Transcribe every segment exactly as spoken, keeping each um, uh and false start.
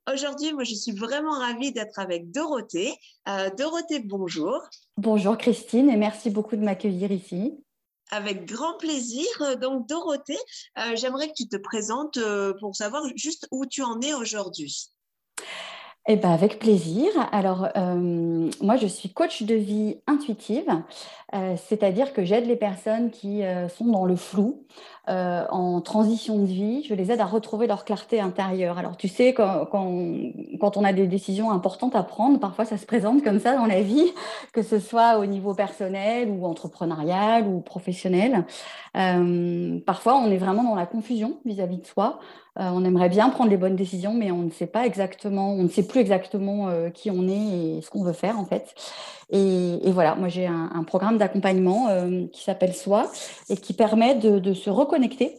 Aujourd'hui, moi, je suis vraiment ravie d'être avec Dorothée. Euh, Dorothée, bonjour. Bonjour Christine et merci beaucoup de m'accueillir ici. Avec grand plaisir. Euh, Donc, Dorothée, euh, j'aimerais que tu te présentes euh, pour savoir juste où tu en es aujourd'hui. Eh ben, avec plaisir. Alors, euh, moi, je suis coach de vie intuitive, euh, c'est-à-dire que j'aide les personnes qui euh, sont dans le flou, euh, en transition de vie. Je les aide à retrouver leur clarté intérieure. Alors, tu sais, quand, quand, quand on a des décisions importantes à prendre, parfois ça se présente comme ça dans la vie, que ce soit au niveau personnel ou entrepreneurial ou professionnel. Euh, parfois, on est vraiment dans la confusion vis-à-vis de soi. Euh, on aimerait bien prendre les bonnes décisions, mais on ne sait pas exactement, on ne sait plus exactement euh, qui on est et ce qu'on veut faire en fait. Et, et voilà, moi j'ai un, un programme d'accompagnement euh, qui s'appelle Soi et qui permet de, de se reconnecter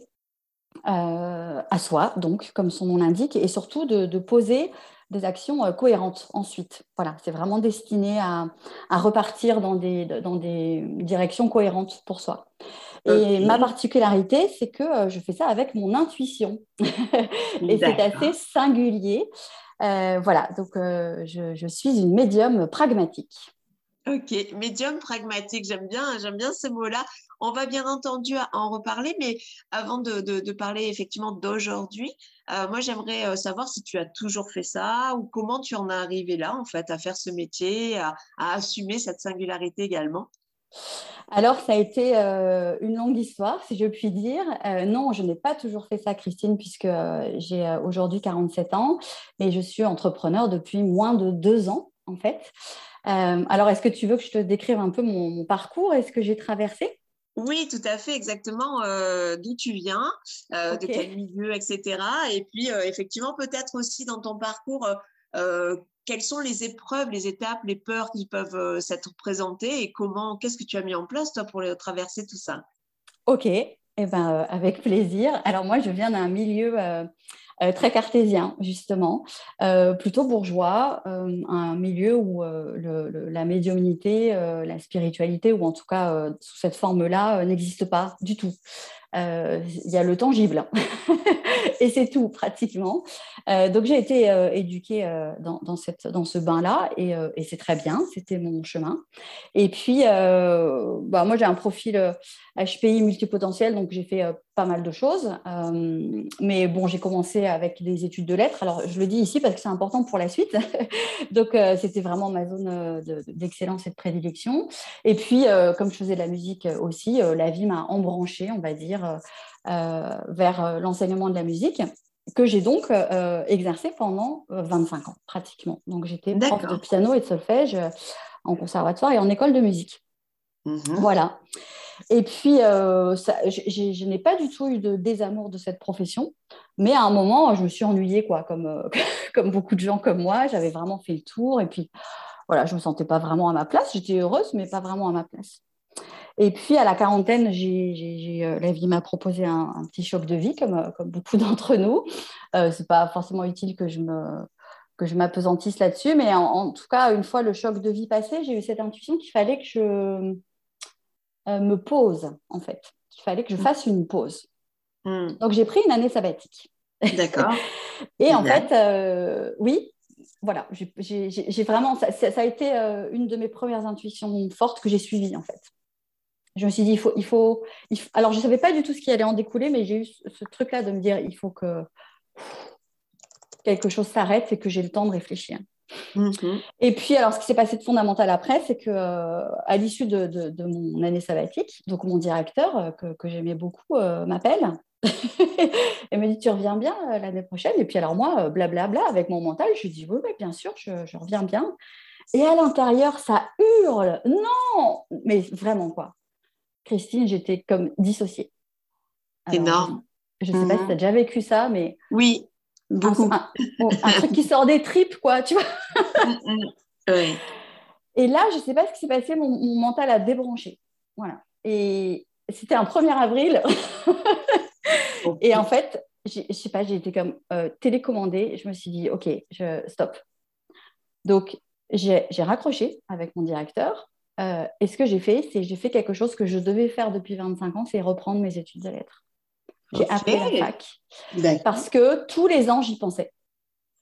euh, à soi, donc comme son nom l'indique, et surtout de, de poser des actions euh, cohérentes ensuite. Voilà, c'est vraiment destiné à, à repartir dans des, dans des directions cohérentes pour soi. Et ma Ok, particularité, c'est que euh, je fais ça avec mon intuition. Et c'est assez d'accord. singulier. Euh, voilà, donc euh, je, je suis une médium pragmatique. Ok, médium pragmatique, j'aime bien, j'aime bien ce mot-là. On va bien entendu en reparler, mais avant de, de- de parler effectivement d'aujourd'hui, euh, moi j'aimerais euh, savoir si tu as toujours fait ça ou comment tu en es arrivé là, en fait, à faire ce métier, à, à assumer cette singularité également. Alors, ça a été euh, une longue histoire, si je puis dire. Euh, non, je n'ai pas toujours fait ça, Christine, puisque euh, j'ai euh, aujourd'hui quarante-sept ans, mais je suis entrepreneur depuis moins de deux ans, en fait. Euh, alors, est-ce que tu veux que je te décrive un peu mon, mon parcours et ce que j'ai traversé? Oui, tout à fait, exactement. Euh, d'où tu viens, euh, de Ok. quel milieu, et cetera. Et puis, euh, effectivement, peut-être aussi dans ton parcours, euh, euh, quelles sont les épreuves, les étapes, les peurs qui peuvent euh, s'être présentées et comment, qu'est-ce que tu as mis en place, toi, pour les- traverser tout ça? Ok, eh ben, euh, avec plaisir. Alors moi, je viens d'un milieu euh, euh, très cartésien, justement, euh, plutôt bourgeois, euh, un milieu où euh, le- le- la médiumnité, euh, la spiritualité, ou en tout cas euh, sous cette forme-là, euh, n'existe pas du tout. Euh, Il y a le tangible et c'est tout pratiquement. Euh, donc j'ai été euh, éduquée euh, dans, dans, cette, dans ce bain-là et, euh, et c'est très bien, c'était mon chemin. Et puis, euh, bah, moi j'ai un profil euh, H P I multipotentiel, donc j'ai fait euh, pas mal de choses. Euh, mais bon, j'ai commencé avec des études de lettres. Alors je le dis ici parce que c'est important pour la suite. Donc euh, c'était vraiment ma zone euh, de- d'excellence et de prédilection. Et puis, euh, comme je faisais de la musique euh, aussi, euh, la vie m'a embranchée, on va dire, euh, euh, vers euh, l'enseignement de la musique, que j'ai donc euh, exercé pendant euh, vingt-cinq ans, pratiquement. Donc, j'étais prof de D'accord. piano et de solfège euh, en conservatoire et en école de musique. Mhm. Voilà. Et puis, euh, ça, j'ai- je n'ai pas du tout eu de désamour de cette profession, mais à un moment, je me suis ennuyée, quoi, comme, euh, comme beaucoup de gens comme moi. J'avais vraiment fait le tour et puis, voilà, je ne me sentais pas vraiment à ma place. J'étais heureuse, mais pas vraiment à ma place. Et puis à la quarantaine, j'ai, j'ai- j'ai, euh, la vie m'a proposé un, un petit choc de vie, comme, euh, comme beaucoup d'entre nous. Euh, c'est pas forcément utile que je me, que je m'apesantisse là-dessus, mais en, en tout cas, une fois le choc de vie passé, j'ai eu cette intuition qu'il fallait que je euh, me pose, en fait, qu'il fallait que je fasse une pause. Mhm. Donc j'ai pris une année sabbatique. D'accord. Et en Génial. fait, euh, oui, voilà, j'ai j'ai- j'ai- j'ai vraiment, ça, ça- ça a été euh, une de mes premières intuitions fortes que j'ai suivies, en fait. Je me suis dit, il faut, il faut, il faut- Alors, je ne savais pas du tout ce qui allait en découler, mais j'ai eu ce, ce truc-là de me dire, il faut que quelque chose s'arrête et que j'ai le temps de réfléchir. Mhm. Et puis, alors, ce qui s'est passé de fondamental après, c'est que euh, à l'issue de, de- de mon année sabbatique, donc mon directeur, euh, que, que j'aimais beaucoup, euh, m'appelle et me dit, tu reviens bien euh, l'année prochaine? Et puis, alors moi, euh, blablabla, avec mon mental, je lui dis, oui, oui, bien sûr, je, je reviens bien. Et à l'intérieur, ça hurle, non, mais vraiment quoi. Christine, j'étais comme dissociée. Alors, euh, Énorme. je ne sais pas si tu as Mhm. déjà vécu ça, mais Oui, un, beaucoup. un- oh, un truc qui sort des tripes, quoi, tu vois. Mhm. Oui. Et là, je ne sais pas ce qui s'est passé, mon, mon mental a débranché. Voilà. Et c'était un premier avril. Et en Ok. fait, j'ai- je ne sais pas, j'ai été comme euh, télécommandée. Je me suis dit, OK, je, stop. Donc, j'ai j'ai raccroché avec mon directeur. Euh, et ce que j'ai fait, c'est j'ai fait quelque chose que je devais faire depuis vingt-cinq ans, c'est reprendre mes études de lettres. J'ai Ok. appelé la fac D'accord. parce que tous les ans, j'y pensais.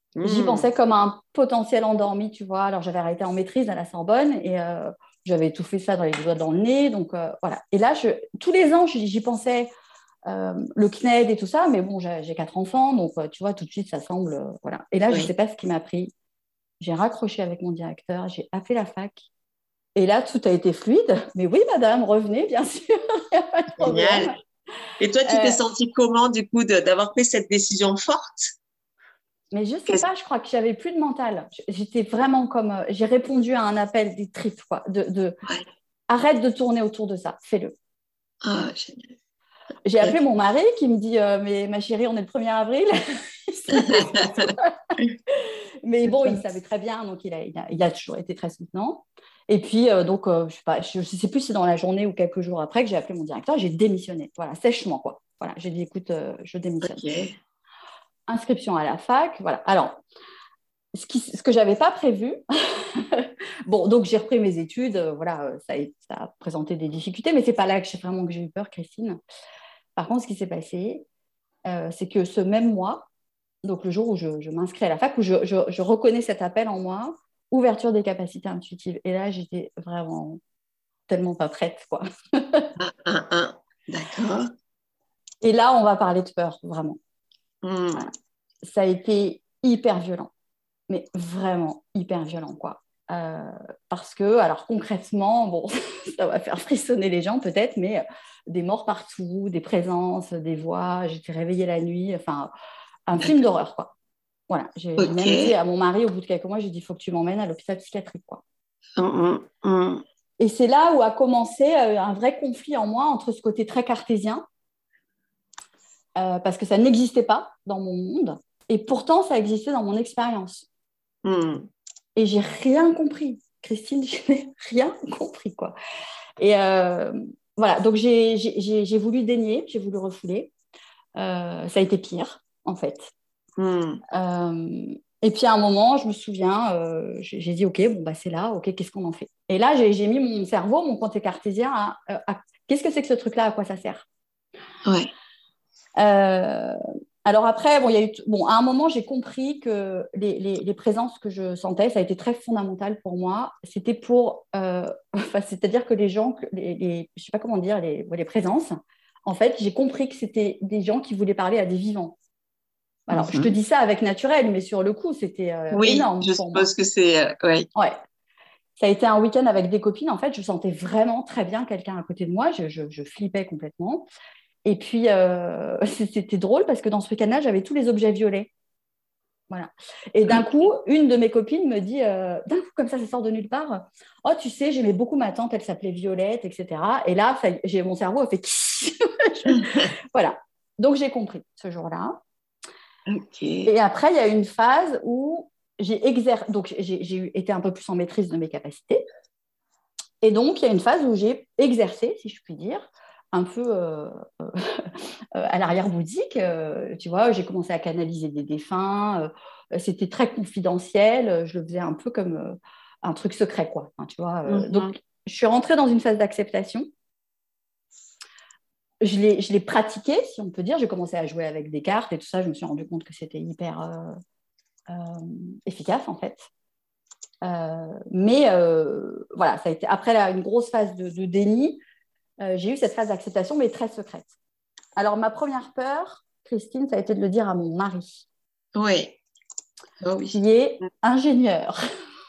J'y Hmm. pensais comme un potentiel endormi, tu vois. Alors, j'avais arrêté en maîtrise à la Sorbonne et euh, j'avais tout fait ça dans les doigts dans le nez. Donc, euh, voilà. Et là, je, tous les ans, j'y j'y pensais, euh, le C N E D et tout ça. Mais bon, j'ai j'ai quatre enfants. Donc, euh, tu vois, tout de suite, ça semble. Euh, voilà. Et là, je ne sais Oui. pas ce qui m'a pris. J'ai raccroché avec mon directeur. J'ai appelé la fac. Et là, tout a été fluide. Mais oui, madame, revenez, bien sûr. Il n'y a pas de Génial. problème. Et toi, tu t'es Euh, sentie comment, du coup, de- d'avoir pris cette décision forte? mais je sais Qu'est-ce- pas, je crois que j'avais plus de mental. J'étais vraiment comme. euh, j'ai répondu à un appel des tripes, quoi. De, de Ouais. arrête de tourner autour de ça, fais-le. Ah, génial. J'ai appelé Ok. mon mari qui me dit euh, mais ma chérie, on est le premier avril. Il se passe quoi. Mais C'est bon, ça. il savait très bien, donc il a, il a, il a toujours été très soutenant. Et puis, euh, donc, euh, je sais pas, je ne sais plus si c'est dans la journée ou quelques jours après que j'ai appelé mon directeur, j'ai démissionné. Voilà, sèchement, quoi. Voilà, j'ai dit écoute, euh, je démissionne. Ok. Inscription à la fac, voilà. Alors, ce, qui, ce que je n'avais pas prévu, bon, donc j'ai repris mes études, euh, voilà, euh, ça a, ça a présenté des difficultés, mais c'est pas là que j'ai vraiment que j'ai eu peur, Christine. Par contre, ce qui s'est passé, euh, c'est que ce même mois, donc le jour où je, je m'inscris à la fac, où je, je, je reconnais cet appel en moi, ouverture des capacités intuitives. Et là, j'étais vraiment tellement pas prête, quoi. Un, un, un. D'accord. Et là, on va parler de peur, vraiment. Hmm. Voilà. Ça a été hyper violent, mais vraiment hyper violent, quoi. Euh, parce que, alors concrètement, bon, ça va faire frissonner les gens peut-être, mais euh, des morts partout, des présences, des voix, j'étais réveillée la nuit, enfin, un film D'accord. d'horreur, quoi. Voilà, j'ai j'ai Ok. même dit à mon mari au bout de quelques mois, j'ai dit, il faut que tu m'emmènes à l'hôpital psychiatrique, quoi. Hmm, hmm, hmm. Et c'est là où a commencé euh, un vrai conflit en moi entre ce côté très cartésien, euh, parce que ça n'existait pas dans mon monde, et pourtant ça existait dans mon expérience. Hmm. Et j'ai rien compris. Christine, je n'ai rien compris, quoi. Et euh, voilà, donc j'ai j'ai- j'ai voulu dénier, j'ai voulu refouler. Euh, ça a été pire, en fait. Hmm. Euh, et puis à un moment, je me souviens, euh, j'ai j'ai dit, OK, bon, bah, c'est là, OK, qu'est-ce qu'on en fait? Et là, j'ai j'ai mis mon cerveau, mon côté cartésien, à, à- qu'est-ce que c'est que ce truc-là, à quoi ça sert? Ouais. Euh, alors après, bon, il y a eu, bon, à un moment, j'ai compris que les, les, les présences que je sentais, ça a été très fondamental pour moi. C'était pour, euh, enfin, c'est-à-dire que les gens, que les, les, je sais pas comment dire, les, les présences, en fait, j'ai compris que c'était des gens qui voulaient parler à des vivants. Alors, je te Mhm. dis ça avec naturel, mais sur le coup, c'était euh, Oui, énorme je pour moi. suppose que c'est... euh, ouais. Ouais, ça a été un week-end avec des copines. En fait, je sentais vraiment très bien quelqu'un à côté de moi. Je, je, je flippais complètement. Et puis, euh, c'était drôle parce que dans ce week-end-là, j'avais tous les objets violets. Voilà. Et d'un coup, Ok. une de mes copines me dit, euh, d'un coup, comme ça, ça sort de nulle part. Oh, tu sais, j'aimais beaucoup ma tante, elle s'appelait Violette, et cetera. Et là, ça, j'ai mon cerveau a fait. Voilà. Donc, j'ai compris ce jour-là. Ok. Et après, il y a eu une phase où j'ai exercé, donc j'ai, j'ai été un peu plus en maîtrise de mes capacités. Et donc, il y a une phase où j'ai exercé, si je puis dire, un peu euh, euh, à l'arrière-boutique. Euh, tu vois, j'ai commencé à canaliser des défunts. Euh, c'était très confidentiel. Je le faisais un peu comme euh, un truc secret, quoi. Enfin, tu vois, euh, Mhm. donc, je suis rentrée dans une phase d'acceptation. Je l'ai, je l'ai pratiqué, si on peut dire. J'ai commencé à jouer avec des cartes et tout ça. Je me suis rendu compte que c'était hyper euh, euh, efficace, en fait. Euh, mais euh, voilà, ça a été après là, une grosse phase de, de déni. Euh, j'ai eu cette phase d'acceptation, mais très secrète. Alors, ma première peur, Christine, ça a été de le dire à mon mari, Oui. Oh oui. qui est ingénieur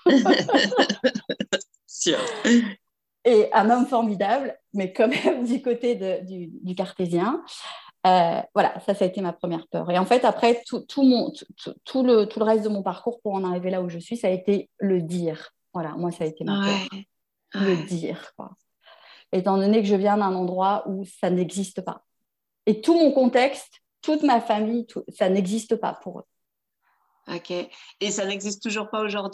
Sûr. et un homme formidable, mais quand même du côté de, du, du cartésien. Euh, voilà, ça, ça a été ma première peur. Et en fait, après, tout, tout, mon, tout, tout, le, tout le reste de mon parcours pour en arriver là où je suis, ça a été le dire. Voilà, moi, ça a été ma Ouais. peur. Le Ouais. dire, quoi. Étant donné que je viens d'un endroit où ça n'existe pas. Et tout mon contexte, toute ma famille, tout, ça n'existe pas pour eux. Ok. Et ça n'existe toujours pas aujourd'hui?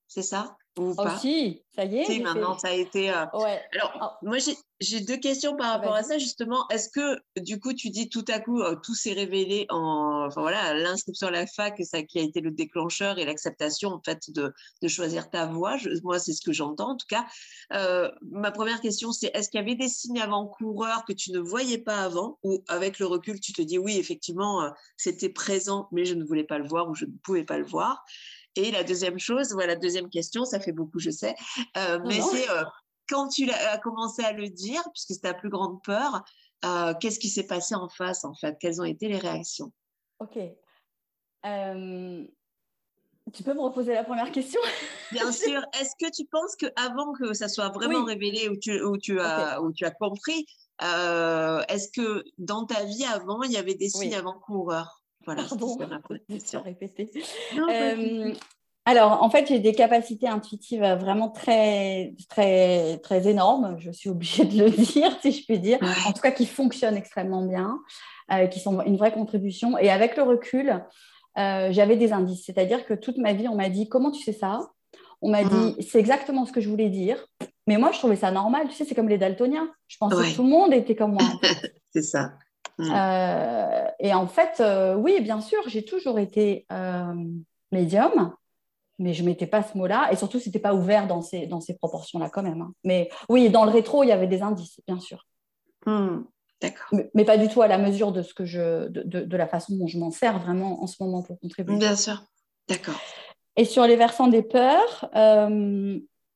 c'est ça? Ou Oh pas? si, ça y est, Si, j'ai maintenant, fait. ça a été. euh, Ouais. Alors, Oh, moi, j'ai j'ai deux questions par rapport à vas-y. ça, justement. Est-ce que, du coup, tu dis tout à coup, euh, tout s'est révélé en. Enfin, voilà, l'inscription à la fac, ça qui a été le déclencheur et l'acceptation, en fait, de, de choisir ta voie. Je- moi, c'est ce que j'entends, en tout cas. Euh, ma première question, c'est est-ce qu'il y avait des signes avant-coureurs que tu ne voyais pas avant ou avec le recul, tu te dis oui, effectivement, euh, c'était présent, mais je ne voulais pas le voir ou je ne pouvais pas le voir. Et la deuxième chose, voilà, deuxième question, ça fait beaucoup, je sais, euh, Non, mais non. c'est euh, quand tu as commencé à le dire, puisque c'est ta plus grande peur, euh, qu'est-ce qui s'est passé en face, en fait? Quelles ont été les réactions? Ok. Euh, Tu peux me reposer la première question? Bien sûr, est-ce que tu penses qu'avant que ça soit vraiment Oui. révélé ou tu, ou tu, Ok. as, ou tu as compris, euh, est-ce que dans ta vie avant, il y avait des signes Oui. avant-coureurs? Voilà, c'était Pardon ça ma première de te question. répéter. Non, pas de Euh, souci. alors, en fait, j'ai des capacités intuitives euh, vraiment très, très, très énormes. Je suis obligée de le dire, si je puis dire. En Ouais. tout cas, qui fonctionnent extrêmement bien, euh, qui sont une vraie contribution. Et avec le recul, euh, j'avais des indices. C'est-à-dire que toute ma vie, on m'a dit, comment tu sais ça? On m'a dit, Mm. c'est exactement ce que je voulais dire. Mais moi, je trouvais ça normal. Tu sais, c'est comme les daltoniens. Je pensais que tout Ouais, le monde était comme moi, en fait. c'est ça. Mm. Euh, et en fait, euh, oui, bien sûr, j'ai toujours été euh, médium, mais je ne mettais pas ce mot-là. Et surtout, ce n'était pas ouvert dans ces, dans ces proportions-là quand même, hein. Mais oui, dans le rétro, il y avait des indices, bien sûr. Mm. D'accord. Mais, mais pas du tout à la mesure de, ce que je, de, de, de la façon dont je m'en sers vraiment en ce moment pour contribuer. Bien sûr. D'accord. Et sur les versants des peurs, euh,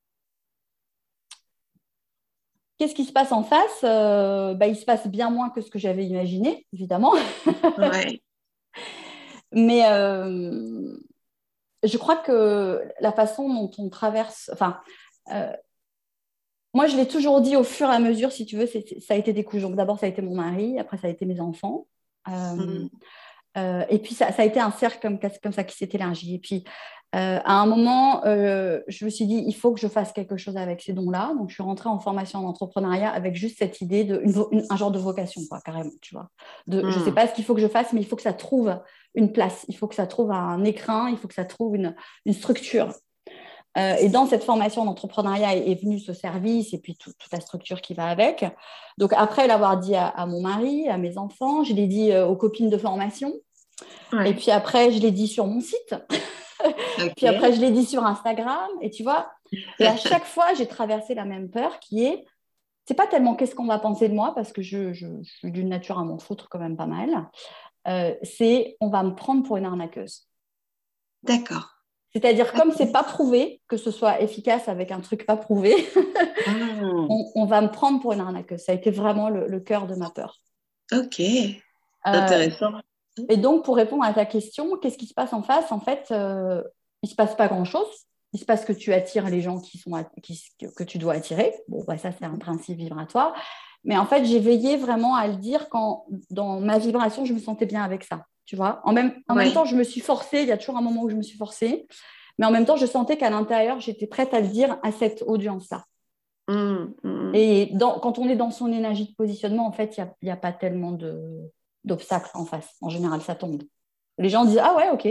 qu'est-ce qui se passe en face? Euh, bah, il se passe bien moins que ce que j'avais imaginé, évidemment. Ouais. Mais euh, je crois que la façon dont on traverse, enfin, euh, moi, je l'ai toujours dit au fur et à mesure, si tu veux, c'est, c'est- ça a été des couches. Donc, d'abord, ça a été mon mari, après, ça a été mes enfants. Euh, Mm. euh, et puis, ça, ça a été un cercle comme, comme ça qui s'est élargi. Et puis, euh, à un moment, euh, je me suis dit, il faut que je fasse quelque chose avec ces dons-là. Donc, je suis rentrée en formation en entrepreneuriat avec juste cette idée de une vo- une- un genre de vocation, quoi, carrément, tu vois. De, je ne sais Mm. pas ce qu'il faut que je fasse, mais il faut que ça trouve une place, il faut que ça trouve un écrin, il faut que ça trouve une, une structure. Euh, et dans cette formation d'entrepreneuriat est, est venu ce service et puis tout- toute la structure qui va avec. Donc, après l'avoir dit à, à mon mari, à mes enfants, je l'ai dit euh, aux copines de formation. Et Ouais. puis après, je l'ai dit sur mon site. Puis après, Ok. je l'ai dit sur Instagram. Et tu vois, et à chaque fois, j'ai traversé la même peur qui est, c'est pas tellement qu'est-ce qu'on va penser de moi, parce que je, je, je suis d'une nature à m'en foutre quand même pas mal. Euh, c'est on va me prendre pour une arnaqueuse. D'accord. C'est-à-dire, comme c'est Ok. pas prouvé que ce soit efficace avec un truc pas prouvé, Mm. on, on va me prendre pour une arnaqueuse. Ça a été vraiment le, le cœur de ma peur. Ok. Euh, Intéressant. et donc, pour répondre à ta question, qu'est-ce qui se passe en face? En fait, euh, il se passe pas grand-chose. Il se passe que tu attires les gens qui sont at- qui, que, que tu dois attirer. Bon, bah, ça, c'est un principe vibratoire. Mais en fait, j'ai veillé vraiment à le dire quand, dans ma vibration, je me sentais bien avec ça. Tu vois, en même, en même temps, Oui. je me suis forcée. Il y a toujours un moment où je me suis forcée. Mais en même temps, je sentais qu'à l'intérieur, j'étais prête à le dire à cette audience-là. Mm. Mm. Et dans, quand on est dans son énergie de positionnement, en fait, il n'y a, il y a pas tellement de, d'obstacles en face. En général, ça tombe. Les gens disent, ah ouais, ok.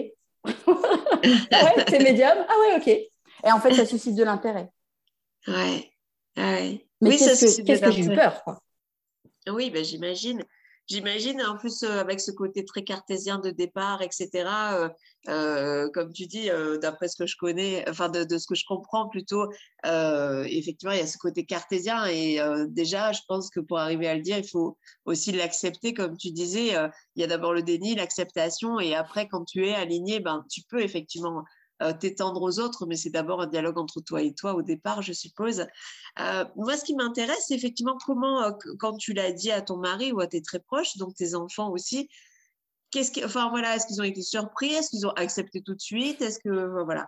Ah ouais, t'es médium. Ah ouais, ok. Et en fait, ça suscite de l'intérêt. Ouais. Ouais. Mais Oui, ça qu'est-ce que, suscite de qu'est-ce que j'ai eu l'intérêt. peur, quoi. Oui, ben, j'imagine. J'imagine, en plus, euh, avec ce côté très cartésien de départ, et cetera, euh, euh, comme tu dis, euh, d'après ce que je connais, enfin, de, de ce que je comprends plutôt, euh, effectivement, il y a ce côté cartésien. Et euh, déjà, je pense que pour arriver à le dire, il faut aussi l'accepter, comme tu disais. Euh, il y a d'abord le déni, l'acceptation, et après, quand tu es aligné, ben, tu peux effectivement euh, t'étendre aux autres, mais c'est d'abord un dialogue entre toi et toi au départ, je suppose. Euh, moi, ce qui m'intéresse, c'est effectivement comment, euh, quand tu l'as dit à ton mari ou à tes très proches, donc tes enfants aussi, qu'est-ce qui, enfin voilà, est-ce qu'ils ont été surpris? Est-ce qu'ils ont accepté tout de suite? Est-ce que, euh, voilà.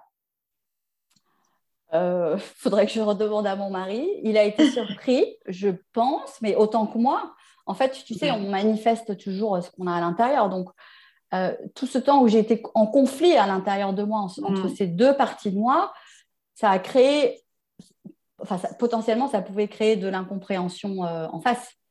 Il euh, faudrait que je redemande à mon mari. Il a été surpris, je pense, mais autant que moi. En fait, tu sais, Ouais. on manifeste toujours ce qu'on a à l'intérieur. Donc, euh, tout ce temps où j'ai été en conflit à l'intérieur de moi, en, entre Mm. ces deux parties de moi, ça a créé, enfin, ça, potentiellement, ça pouvait créer de l'incompréhension euh, en face.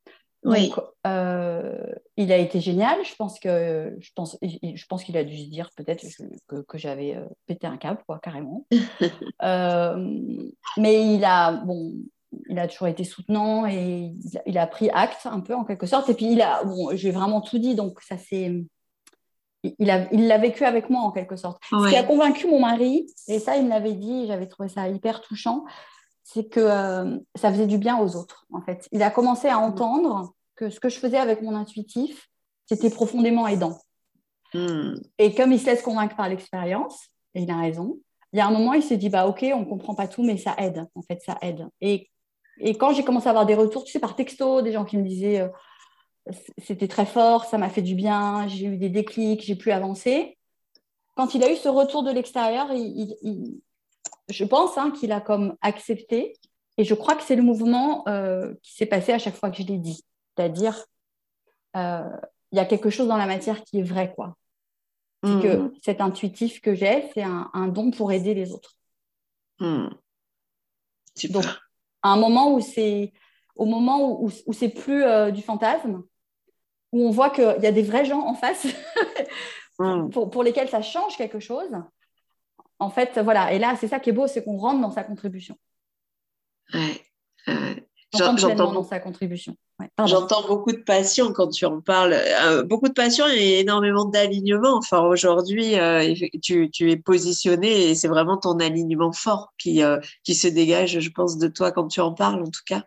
Oui. Donc, euh, il a été génial. Je pense que, je pense, je pense qu'il a dû se dire peut-être que, que j'avais euh, pété un câble, quoi, carrément. Euh, mais il a, bon, il a toujours été soutenant et il a, il a pris acte un peu en quelque sorte. Et puis il a, bon, j'ai vraiment tout dit, donc ça c'est, il a, il l'a vécu avec moi en quelque sorte. Ce qui a Ouais. convaincu mon mari, et ça il me l'avait dit, j'avais trouvé ça hyper touchant, c'est que euh, ça faisait du bien aux autres en fait. Il a commencé à entendre que ce que je faisais avec mon intuitif, c'était profondément aidant. Mm. Et comme il se laisse convaincre par l'expérience, et il a raison, il y a un moment, il s'est dit, bah ok, on ne comprend pas tout, mais ça aide, en fait, ça aide. Et, et quand j'ai commencé à avoir des retours, tu sais, par texto, des gens qui me disaient, euh, c'était très fort, ça m'a fait du bien, j'ai eu des déclics, j'ai pu avancer. Quand il a eu ce retour de l'extérieur, il, il, il, je pense hein, qu'il a comme accepté. Et je crois que c'est le mouvement euh, qui s'est passé à chaque fois que je l'ai dit. C'est-à-dire, euh, il y a quelque chose dans la matière qui est vrai, quoi. C'est que Mm. cet intuitif que j'ai, c'est un, un don pour aider les autres. Mm. Donc, Super. à un moment où c'est, au moment où, où, où c'est plus euh, du fantasme, où on voit qu'il y a des vrais gens en face pour, Mm. pour, pour lesquels ça change quelque chose, en fait, voilà. Et là, c'est ça qui est beau, c'est qu'on rentre dans sa contribution. Ouais. Ouais. On J'en- rentre J'entends pleinement dans beaucoup. sa contribution. Ouais, pardon. J'entends beaucoup de passion quand tu en parles, Euh, beaucoup de passion et énormément d'alignement. Enfin, aujourd'hui, euh, tu, tu es positionné et c'est vraiment ton alignement fort qui, euh, qui se dégage, je pense, de toi quand tu en parles, en tout cas.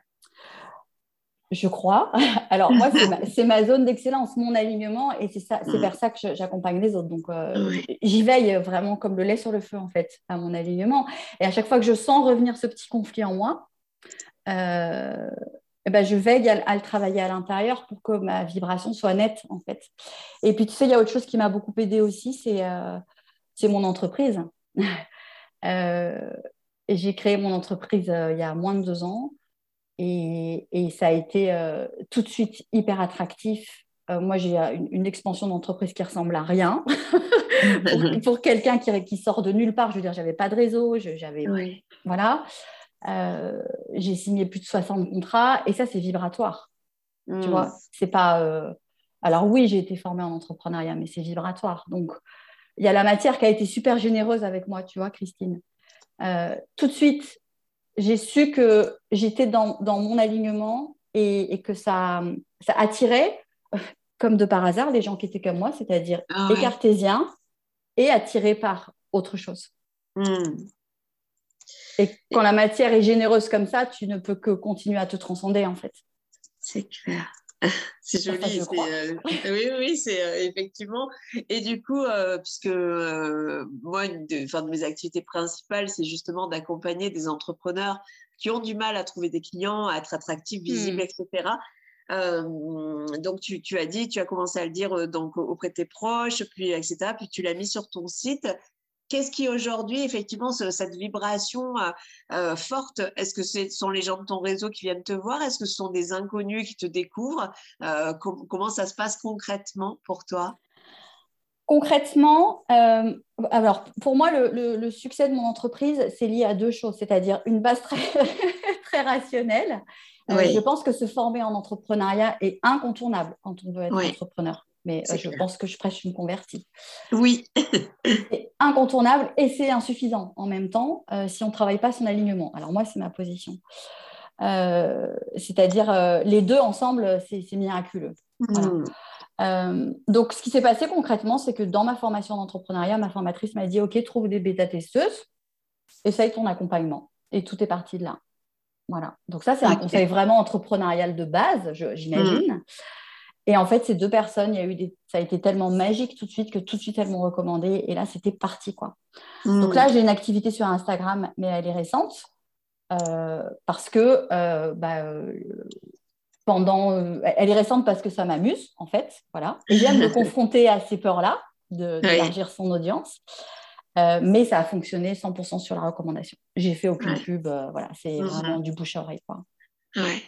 Je crois. Alors, moi, c'est ma, c'est ma zone d'excellence, mon alignement, et c'est ça, c'est Mm. vers ça que je- j'accompagne les autres. Donc, euh, Ouais. j'y veille vraiment comme le lait sur le feu, en fait, à mon alignement. Et à chaque fois que je sens revenir ce petit conflit en moi, euh, eh ben, je veille à, à le travailler à l'intérieur pour que ma vibration soit nette, en fait. Et puis, tu sais, il y a autre chose qui m'a beaucoup aidée aussi, c'est euh, c'est mon entreprise. Euh, et j'ai créé mon entreprise euh, il y a moins de deux ans. Et, et ça a été euh, tout de suite hyper attractif. Euh, moi, j'ai euh, une, une expansion d'entreprise qui ressemble à rien. pour pour quelqu'un qui, qui sort de nulle part, je veux dire, j'avais pas de réseau, je- j'avais. Ouais. Voilà. Euh, j'ai signé plus de soixante contrats et ça, c'est vibratoire. Tu Mm. vois, c'est pas. euh, Alors, oui, j'ai été formée en entrepreneuriat, mais c'est vibratoire. Donc, il y a la matière qui a été super généreuse avec moi, tu vois, Christine. Euh, tout de suite, j'ai su que j'étais dans, dans mon alignement et, et que ça, ça attirait, euh, comme de par hasard, les gens qui étaient comme moi, c'est-à-dire Ah et ouais. cartésiens et attirés par autre chose. Mm. Et quand Et- la matière est généreuse comme ça, tu ne peux que continuer à te transcender, en fait. C'est clair. C'est Enfin, joli, je c'est crois. euh, oui, oui, oui, c'est euh, effectivement. Et du coup, euh, puisque euh, moi, une de, enfin, de mes activités principales, c'est justement d'accompagner des entrepreneurs qui ont du mal à trouver des clients, à être attractifs, visibles, Hmm. et cetera. Euh, donc, tu, tu as dit, tu as commencé à le dire euh, donc, auprès de tes proches, puis et cetera. Puis tu l'as mis sur ton site. Qu'est-ce qui aujourd'hui, effectivement, ce- cette vibration euh, euh, forte, est-ce que ce sont les gens de ton réseau qui viennent te voir? Est-ce que ce sont des inconnus qui te découvrent? Euh, com- comment ça se passe concrètement pour toi? Concrètement, euh, alors pour moi, le, le- le succès de mon entreprise, c'est lié à deux choses, c'est-à-dire une base très, très rationnelle. Euh, je Oui, pense que se former en entrepreneuriat est incontournable quand on veut être oui, entrepreneur, mais euh, c'est je clair. pense que je prêche une convertie. Oui, C'est incontournable et c'est insuffisant en même temps euh, si on ne travaille pas son alignement. Alors moi, c'est ma position. Euh, c'est-à-dire euh, les deux ensemble, c'est c'est miraculeux. Voilà. Mm. Euh, donc, ce qui s'est passé concrètement, c'est que dans ma formation d'entrepreneuriat, ma formatrice m'a dit, OK, trouve des bêta-testeuses, essaye ton accompagnement. Et tout est parti de là. Voilà. Donc ça, c'est un conseil Ok. vraiment entrepreneurial de base, je- Mm. j'imagine. Et en fait, ces deux personnes, il y a eu des... ça a été tellement magique tout de suite que tout de suite, elles m'ont recommandé. Et là, c'était parti, quoi. Donc Mm. là, j'ai une activité sur Instagram, mais elle est récente. euh, parce que euh, bah, euh, pendant, euh, elle est récente parce que ça m'amuse, en fait, voilà. Et j'aime me confronter à ces peurs-là, de- Oui, d'élargir son audience. Euh, mais ça a fonctionné cent pour cent sur la recommandation. J'ai fait aucune ouais. pub, euh, voilà, c'est vraiment Mhm. du bouche à oreille, quoi. Ouais.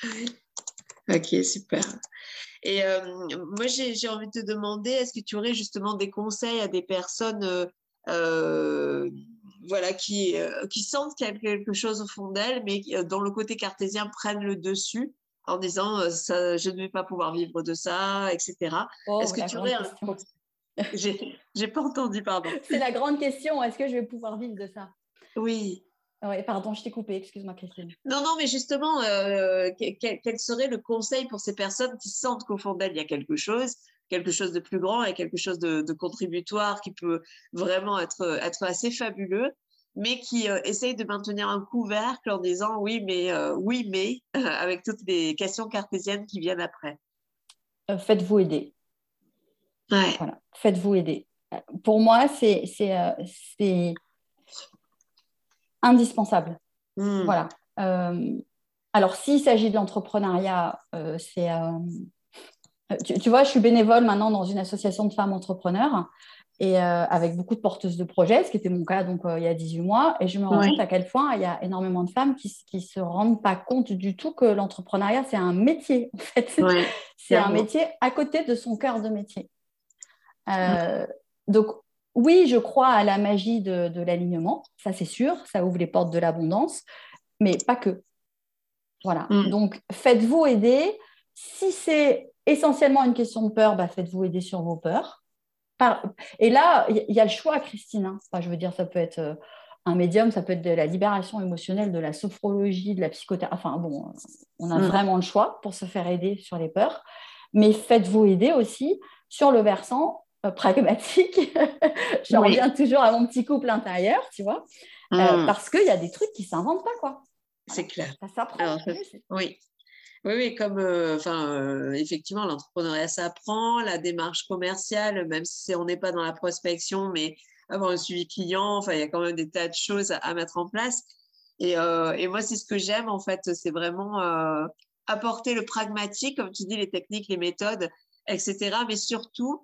Ok, super. Et euh, moi, j'ai, j'ai envie de te demander, est-ce que tu aurais justement des conseils à des personnes euh, euh, voilà, qui, euh, qui sentent qu'il y a quelque chose au fond d'elles, mais qui, euh, dont le côté cartésien prenne le dessus? en disant euh, ça, je ne vais pas pouvoir vivre de ça, et cetera. Oh, Est-ce que la tu grande aurais un question. conseil? J'ai, j'ai pas entendu, pardon. C'est la grande question. Est-ce que je vais pouvoir vivre de ça? Oui. Oui, pardon, je t'ai coupé. Excuse-moi, Christine. Non, non, mais justement, euh, quel, quel serait le conseil pour ces personnes qui sentent qu'au fond d'elles, il y a quelque chose, quelque chose de plus grand et quelque chose de, de contributoire qui peut vraiment être, être assez fabuleux, mais qui euh, essayent de maintenir un couvercle en disant oui, mais, euh, oui, mais, avec toutes les questions cartésiennes qui viennent après. Euh, faites-vous aider. Ouais. Voilà, faites-vous aider. Pour moi, c'est, c'est, euh, c'est indispensable. Mmh. Voilà. Euh, alors, s'il s'agit de l'entrepreneuriat, euh, c'est... euh, tu, tu vois, je suis bénévole maintenant dans une association de femmes entrepreneurs et euh, avec beaucoup de porteuses de projets, ce qui était mon cas donc, euh, il y a dix-huit mois. Et je me rends compte Oui. à quel point il y a énormément de femmes qui ne se rendent pas compte du tout que l'entrepreneuriat, c'est un métier, en fait. Ouais, C'est un clairement. métier à côté de son cœur de métier. Euh, donc, oui, je crois à la magie de, de l'alignement, ça c'est sûr, ça ouvre les portes de l'abondance, mais pas que. Voilà. Mmh. Donc, faites-vous aider. Si c'est essentiellement une question de peur, bah, faites-vous aider sur vos peurs. Par... Et là, il y, y a le choix, Christine. Hein. Enfin, je veux dire, ça peut être euh, un médium, ça peut être de la libération émotionnelle, de la sophrologie, de la psychothérapie. Enfin, bon, euh, on a Mmh. vraiment le choix pour se faire aider sur les peurs. Mais faites-vous aider aussi sur le versant euh, pragmatique. J'en Oui. reviens toujours à mon petit couple intérieur, tu vois, euh, Mmh. parce qu'il y a des trucs qui ne s'inventent pas, quoi. C'est clair. Ça s'apprend. Alors, ça, oui. Oui, oui, comme euh, enfin, euh, effectivement, l'entrepreneuriat s'apprend, la démarche commerciale, même si c'est- on n'est pas dans la prospection, mais avoir un suivi client, enfin, il y a quand même des tas de choses à, à mettre en place. Et, euh, et moi, c'est ce que j'aime, en fait, c'est vraiment euh, apporter le pragmatique, comme tu dis, les techniques, les méthodes, et cetera. Mais surtout,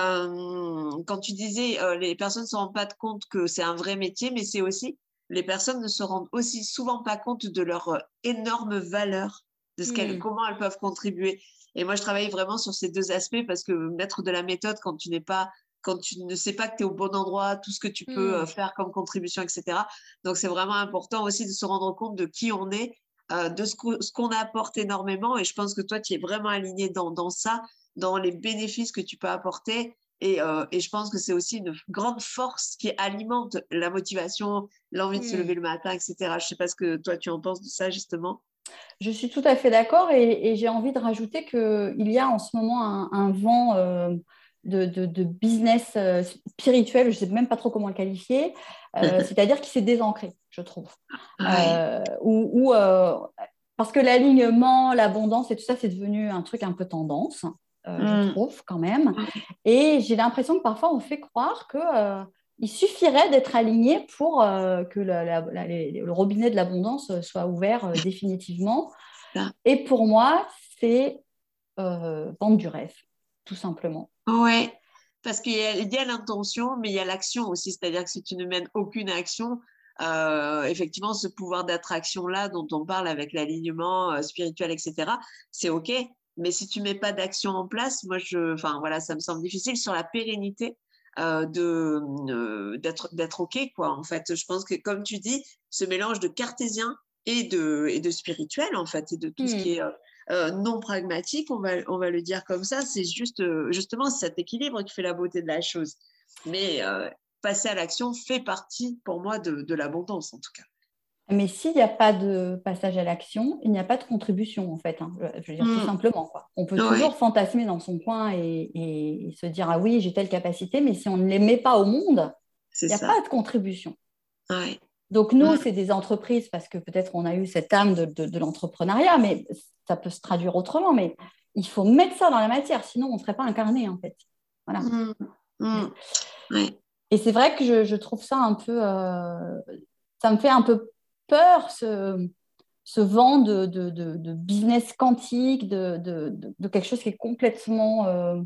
euh, quand tu disais, euh, les personnes ne se rendent pas compte que c'est un vrai métier, mais c'est aussi, les personnes ne se rendent aussi souvent pas compte de leur euh, énorme valeur de ce qu'elles, Hmm. comment elles peuvent contribuer. Et moi, je travaille vraiment sur ces deux aspects parce que mettre de la méthode quand tu n'es pas, quand tu ne sais pas que tu es au bon endroit, tout ce que tu peux Hmm. euh, faire comme contribution, et cetera. Donc, c'est vraiment important aussi de se rendre compte de qui on est, euh, de ce qu'on, ce qu'on apporte énormément. Et je pense que toi, tu es vraiment aligné dans, dans ça, dans les bénéfices que tu peux apporter. Et, euh, et je pense que c'est aussi une grande force qui alimente la motivation, l'envie de se Hmm. lever le matin, et cetera. Je ne sais pas ce que toi, tu en penses de ça, justement. Je suis tout à fait d'accord et, et j'ai envie de rajouter qu'il y a en ce moment un, un vent euh, de, de- de business euh, spirituel, je ne sais même pas trop comment le qualifier, euh, c'est-à-dire qui s'est désancré, je trouve. Ouais. Euh, où, où, euh, parce que l'alignement, l'abondance et tout ça, c'est devenu un truc un peu tendance, euh, je Mm. trouve quand même. Et j'ai l'impression que parfois on fait croire que... euh, il suffirait d'être aligné pour euh, que la- la- la- les- le robinet de l'abondance soit ouvert euh, définitivement. Ça. Et pour moi, c'est euh, vendre du rêve, tout simplement. Ouais. Parce qu'il y a, il y a l'intention, mais il y a l'action aussi. C'est-à-dire que si tu ne mènes aucune action, euh, effectivement, ce pouvoir d'attraction-là dont on parle avec l'alignement euh, spirituel, et cetera, c'est OK. Mais si tu mets pas d'action en place, moi, je, enfin, voilà, ça me semble difficile sur la pérennité euh, de, euh, d'être, d'être OK, quoi. En fait, je pense que, comme tu dis, ce mélange de cartésien et de, et de spirituel, en fait, et de tout ce Hmm. qui est euh, euh, non pragmatique, on va, on va le dire comme ça, c'est juste euh, justement cet équilibre qui fait la beauté de la chose. Mais euh, passer à l'action fait partie pour moi de, de l'abondance en tout cas. Mais s'il n'y a pas de passage à l'action, il n'y a pas de contribution, en fait. Hein. Je, je veux dire tout Mmh. simplement, quoi. On peut Ouais, toujours fantasmer dans son coin et, et- et se dire, ah oui, j'ai telle capacité, mais si on ne les met pas au monde, c'est il n'y a ça. pas de contribution. Ouais. Donc nous, Mmh. c'est des entreprises parce que peut-être on a eu cette âme de, de- de l'entrepreneuriat, mais ça peut se traduire autrement. Mais il faut mettre ça dans la matière, sinon on ne serait pas incarné en fait. Voilà. Mmh. Mmh. Ouais. Et c'est vrai que je, je trouve ça un peu, euh, ça me fait un peu peur ce, ce vent de, de- de- de business quantique, de, de- de- de quelque chose qui est complètement euh,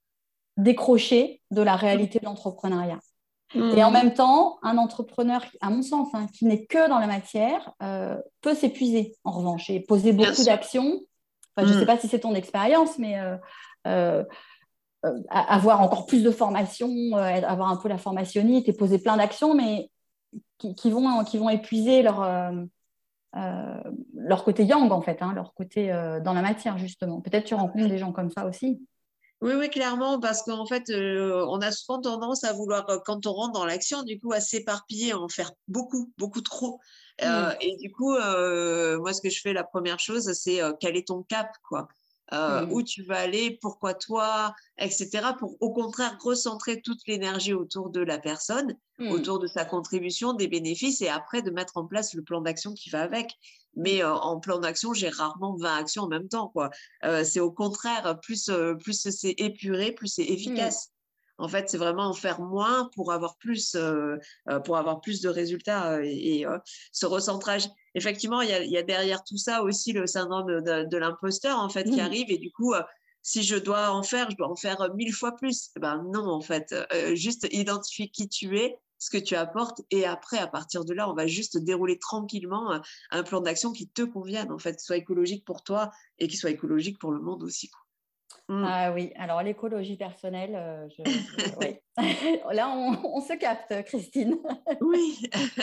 décroché de la réalité de l'entrepreneuriat. Et en Mmh. même temps, un entrepreneur, à mon sens, hein, qui n'est que dans la matière, euh, peut s'épuiser, en revanche, et poser Bien beaucoup sûr. d'actions. Enfin, je ne sais Mmh. pas si c'est ton expérience, mais euh, euh, euh, avoir encore plus de formation, euh, avoir un peu la formationnite et poser plein d'actions, mais qui, qui vont, qui vont épuiser leur, euh, euh, leur côté yang, en fait, hein, leur côté euh, dans la matière, justement. Peut-être tu rencontres des gens comme ça aussi. Oui, oui, clairement, parce qu'en fait, euh, on a souvent tendance à vouloir, euh, quand on rentre dans l'action, du coup, à s'éparpiller, à en faire beaucoup, beaucoup trop. Euh, Mm, et du coup, euh, moi, ce que je fais, la première chose, c'est euh, quel est ton cap, quoi. Euh, où mm, tu vas aller, pourquoi toi, et cetera, pour au contraire recentrer toute l'énergie autour de la personne, mm, autour de sa contribution, des bénéfices, et après de mettre en place le plan d'action qui va avec. mm, Mais euh, en plan d'action, j'ai rarement vingt actions en même temps, quoi. Euh, c'est au contraire, plus, euh, plus c'est épuré, plus c'est mm. efficace. En fait, c'est vraiment en faire moins pour avoir plus, euh, euh, pour avoir plus de résultats euh, et, et euh, ce recentrage. Effectivement, il y a, il y a derrière tout ça aussi le syndrome de, de, de l'imposteur en fait qui Mm. arrive et du coup, euh, si je dois en faire, je dois en faire mille fois plus. Eh ben non, en fait, euh, juste identifier qui tu es, ce que tu apportes et après, à partir de là, on va juste dérouler tranquillement euh, un plan d'action qui te convienne en fait, qui soit écologique pour toi et qui soit écologique pour le monde aussi. Mm. Ah oui, alors l'écologie personnelle, euh, je, je- ouais. Là, on, on se capte, Christine. Oui,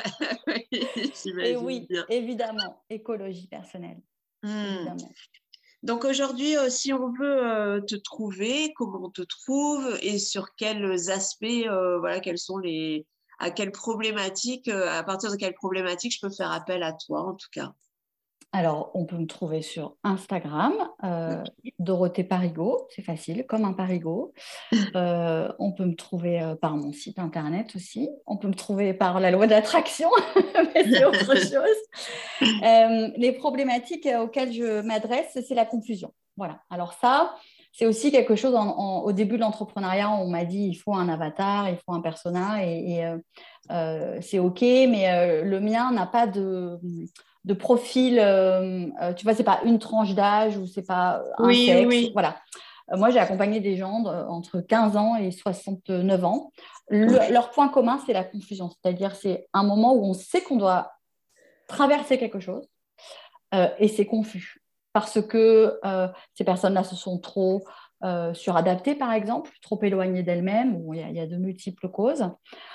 Et j'imagine oui, bien. évidemment, écologie personnelle, Mm. évidemment. Donc aujourd'hui, euh, si on veut euh, te trouver, comment on te trouve et sur quels aspects, euh, voilà, quelles sont les, à quelles problématiques, euh, à partir de quelles problématiques je peux faire appel à toi en tout cas. Alors, on peut me trouver sur Instagram, euh, Ok. Dorothée Parigot, c'est facile, comme un parigot. Euh, on peut me trouver euh, par mon site internet aussi. On peut me trouver par la loi d'attraction, mais c'est autre chose. Euh, les problématiques auxquelles je m'adresse, c'est la confusion. Voilà. Alors ça, c'est aussi quelque chose en- en- au début de l'entrepreneuriat, on m'a dit il faut un avatar, il faut un persona, et, et, euh, euh, c'est OK, mais euh, le mien n'a pas de, de profil. Euh, euh, tu vois, c'est pas une tranche d'âge ou c'est pas un Oui, sexe. oui. Voilà. Euh, Moi, j'ai accompagné des gens de- entre quinze ans et soixante-neuf ans. Le- leur point commun, c'est la confusion. C'est-à-dire, c'est un moment où on sait qu'on doit traverser quelque chose euh, et c'est confus parce que euh, ces personnes-là se sont trop euh, suradaptées, par exemple, trop éloignées d'elles-mêmes, ou il y, a- il y a de multiples causes.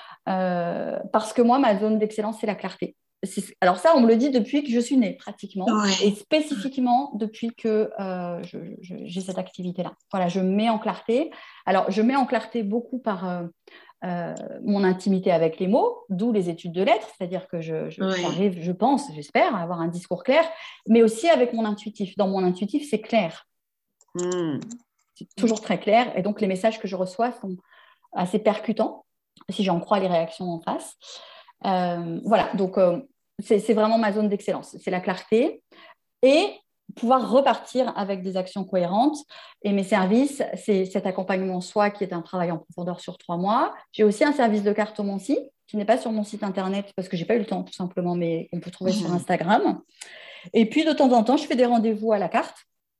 Euh, parce que moi, ma zone d'excellence, c'est la clarté. C'est- Alors ça, on me le dit depuis que je suis née, pratiquement, et Ouais. spécifiquement depuis que euh, je- je- j'ai cette activité-là. Voilà, je mets en clarté. Alors, je mets en clarté beaucoup par euh, euh, mon intimité avec les mots, d'où les études de lettres, c'est-à-dire que je- je- Ouais. j'arrive, je pense, j'espère, à avoir un discours clair, mais aussi avec mon intuitif. Dans mon intuitif, c'est clair, Mm. c'est toujours très clair, et donc les messages que je reçois sont assez percutants, si j'en crois les réactions en face. Euh, voilà, donc euh, c'est c'est vraiment ma zone d'excellence, c'est la clarté et pouvoir repartir avec des actions cohérentes. Et mes services, c'est cet accompagnement soi qui est un travail en profondeur sur trois mois. J'ai aussi un service de cartomancie qui n'est pas sur mon site internet parce que j'ai pas eu le temps tout simplement, mais qu'on peut trouver sur Mhm. Instagram. Et puis de temps en temps, je fais des rendez-vous à la carte.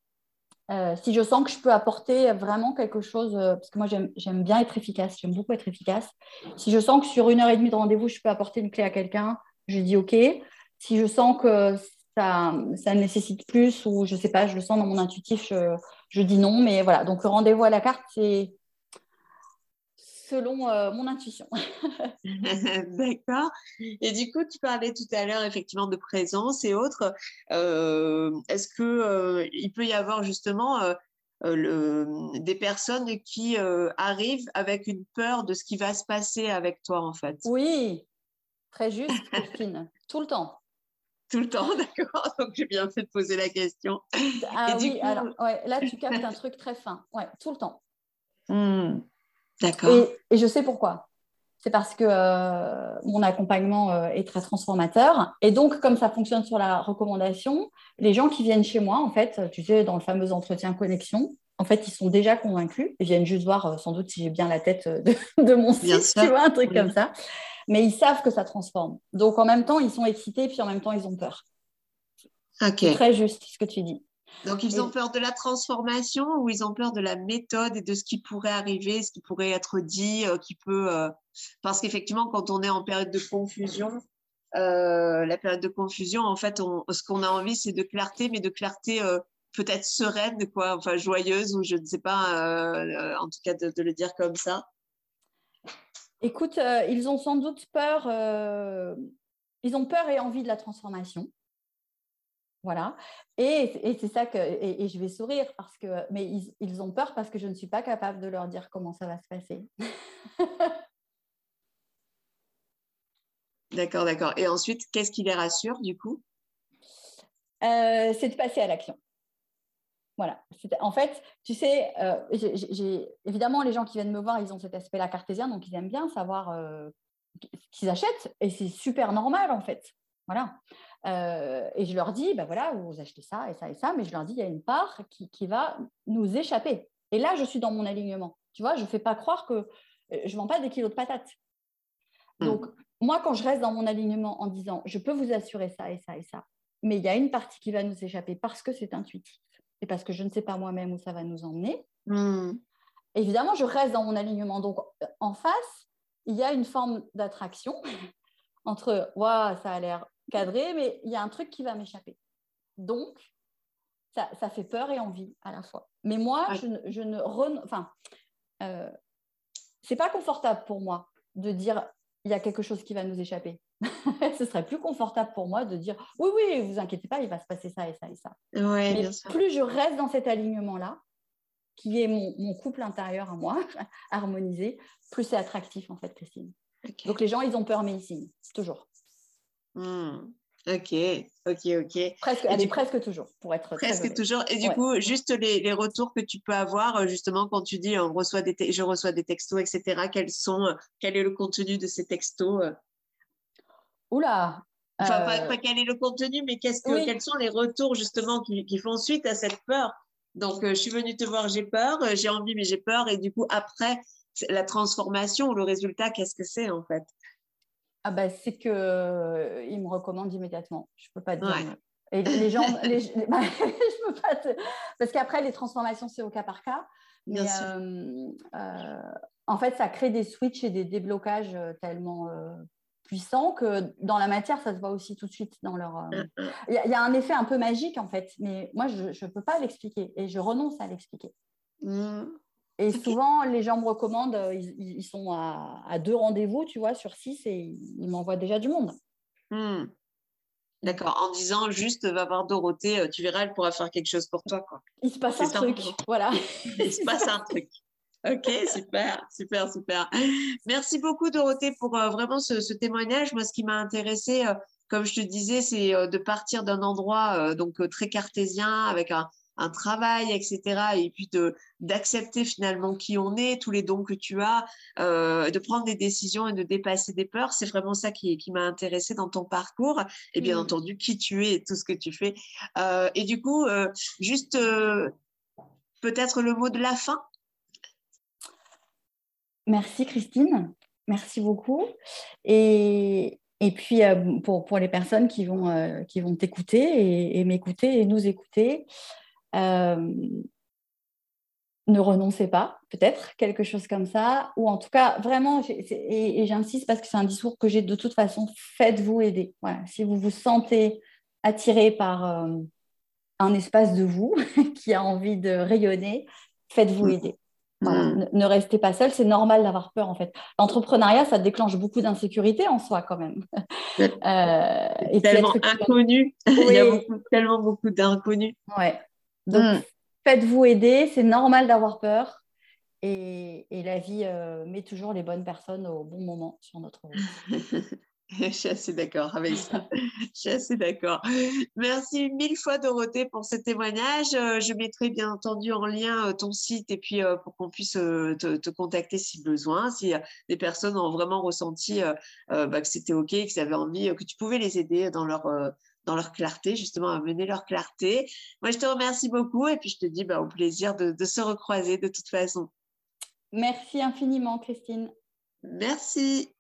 Euh, si je sens que je peux apporter vraiment quelque chose, euh, parce que moi j'aime j'aime bien être efficace, j'aime beaucoup être efficace. Si je sens que sur une heure et demie de rendez-vous, je peux apporter une clé à quelqu'un, je dis OK. Si je sens que ça, ça nécessite plus ou je sais pas, je le sens dans mon intuitif, je, je dis non. Mais voilà, donc le rendez-vous à la carte, c'est selon euh, mon intuition. D'accord. Et du coup, tu parlais tout à l'heure effectivement de présence et autres. Euh, est-ce que euh, il peut y avoir justement euh, euh, le- des personnes qui euh, arrivent avec une peur de ce qui va se passer avec toi en fait? Oui, très juste, Christine, tout le temps. Tout le temps, d'accord. Donc j'ai bien fait de poser la question. Et Ah du oui, coup, alors ouais, là tu captes un truc très fin. Ouais, tout le temps. hmm, d'accord. Et, et je sais pourquoi. C'est parce que euh, mon accompagnement euh, est très transformateur. Et donc, comme ça fonctionne sur la recommandation, les gens qui viennent chez moi, en fait, tu sais, dans le fameux entretien connexion, en fait, ils sont déjà convaincus. Ils viennent juste voir, euh, sans doute, si j'ai bien la tête de, de mon Bien site, tu sûr. vois, un truc comme Oui. ça. Mais ils savent que ça transforme. Donc, en même temps, ils sont excités, puis en même temps, ils ont peur. C'est Ok. très juste ce que tu dis. Donc, ils ont Et peur de la transformation ou ils ont peur de la méthode et de ce qui pourrait arriver, ce qui pourrait être dit, euh, qui peut. euh, Parce qu'effectivement, quand on est en période de confusion, euh, la période de confusion, en fait, on... ce qu'on a envie, c'est de clarté, mais de clarté euh, peut-être sereine, quoi, enfin joyeuse, ou je ne sais pas, euh, euh, en tout cas de, de le dire comme ça. écoute, euh, ils ont sans doute peur, euh, ils ont peur et envie de la transformation. Voilà. Et, et c'est ça que, et, et je vais sourire parce que, mais ils, ils ont peur parce que je ne suis pas capable de leur dire comment ça va se passer. D'accord, d'accord. Et ensuite, qu'est-ce qui les rassure du coup? euh, C'est de passer à l'action. Voilà. En fait, tu sais, euh, j'ai, j'ai, évidemment, les gens qui viennent me voir, ils ont cet aspect-là cartésien, donc ils aiment bien savoir euh, ce qu'ils achètent, et c'est super normal, en fait. Voilà. Euh, et je leur dis, ben voilà, vous achetez ça et ça et ça, mais je leur dis, il y a une part qui, qui va nous échapper. Et là, je suis dans mon alignement. Tu vois, je ne fais pas croire que je ne vends pas des kilos de patates. Donc, mmh. moi, quand je reste dans mon alignement en disant, je peux vous assurer ça et ça et ça, mais il y a une partie qui va nous échapper parce que c'est intuitif et parce que je ne sais pas moi-même où ça va nous emmener. Mmh. Évidemment, je reste dans mon alignement. Donc, en face, il y a une forme d'attraction entre, waouh, ça a l'air cadré, mais il y a un truc qui va m'échapper. Donc, ça, ça fait peur et envie à la fois. Mais moi, ouais. je, je ne... Ren... Enfin, euh, c'est pas confortable pour moi de dire, il y a quelque chose qui va nous échapper. Ce serait plus confortable pour moi de dire, oui, oui, vous inquiétez pas, il va se passer ça et ça et ça. Ouais, mais bien sûr. Plus je reste dans cet alignement-là, qui est mon, mon couple intérieur à moi, harmonisé, plus c'est attractif, en fait, Christine. Okay. Donc, les gens, ils ont peur, mais ils signent, toujours. Mmh. Ok, ok, ok. Presque, allez, coup, presque toujours, pour être presque très toujours. Et du ouais. coup, juste les, les retours que tu peux avoir, justement, quand tu dis on reçoit des je reçois des textos, et cetera. Quels sont, quel est le contenu de ces textos? Oula. Enfin, euh... pas, pas quel est le contenu, mais qu'est-ce que, oui. quels sont les retours, justement, qui, qui font suite à cette peur? Donc, euh, je suis venue te voir, j'ai peur, j'ai envie, mais j'ai peur. Et du coup, après, la transformation ou le résultat, qu'est-ce que c'est, en fait? Ah ben, c'est qu'ils euh, me recommandent immédiatement. Je ne peux pas te dire. Ouais. Et les gens, les, les, bah, je peux pas te... Parce qu'après, les transformations, c'est au cas par cas. Mais euh, euh, en fait, ça crée des switches et des déblocages tellement euh, puissants que dans la matière, ça se voit aussi tout de suite. Dans leur. Il euh... y, y a un effet un peu magique, en fait. Mais moi, je ne peux pas l'expliquer et je renonce à l'expliquer. Mm. Et okay. souvent, les gens me recommandent, ils, ils sont à, à deux rendez-vous, tu vois, sur six, et ils m'envoient déjà du monde. Hmm. D'accord, en disant juste, va voir Dorothée, tu verras, elle pourra faire quelque chose pour toi, quoi. Il se passe un truc, voilà. Il se passe un truc. Ok, super, super, super. Merci beaucoup, Dorothée, pour euh, vraiment ce, ce témoignage. Moi, ce qui m'a intéressé, euh, comme je te disais, c'est euh, de partir d'un endroit euh, donc euh, très cartésien, avec un un travail, et cetera. Et puis de, d'accepter finalement qui on est, tous les dons que tu as, euh, de prendre des décisions et de dépasser des peurs. C'est vraiment ça qui, qui m'a intéressée dans ton parcours. Et bien mmh. entendu, qui tu es et tout ce que tu fais. Euh, et du coup, euh, juste euh, peut-être le mot de la fin. Merci Christine. Merci beaucoup. Et... Et puis, euh, pour, pour les personnes qui vont, euh, qui vont t'écouter et, et m'écouter et nous écouter, euh, ne renoncez pas, peut-être, quelque chose comme ça. Ou en tout cas, vraiment, et, et j'insiste parce que c'est un discours que j'ai de toute façon, faites-vous aider. Voilà. Si vous vous sentez attiré par euh, un espace de vous qui a envie de rayonner, faites-vous aider. Voilà. Mmh. Ne, ne restez pas seul, c'est normal d'avoir peur en fait. L'entrepreneuriat, ça déclenche beaucoup d'insécurité en soi quand même. Euh, et tellement inconnu, oui. Il y a beaucoup, tellement beaucoup d'inconnus. Ouais. Donc, mmh. faites-vous aider, c'est normal d'avoir peur et, et la vie euh, met toujours les bonnes personnes au bon moment sur notre route. Je suis assez d'accord avec ça. Je suis assez d'accord. Merci mille fois, Dorothée, pour ce témoignage. Je mettrai bien entendu en lien ton site et puis pour qu'on puisse te, te contacter si besoin, si des personnes ont vraiment ressenti bah, que c'était OK, qu'ils avaient envie, que tu pouvais les aider dans leur, dans leur clarté, justement, à mener leur clarté. Moi, je te remercie beaucoup et puis je te dis bah, au plaisir de, de se recroiser de toute façon. Merci infiniment, Christine. Merci.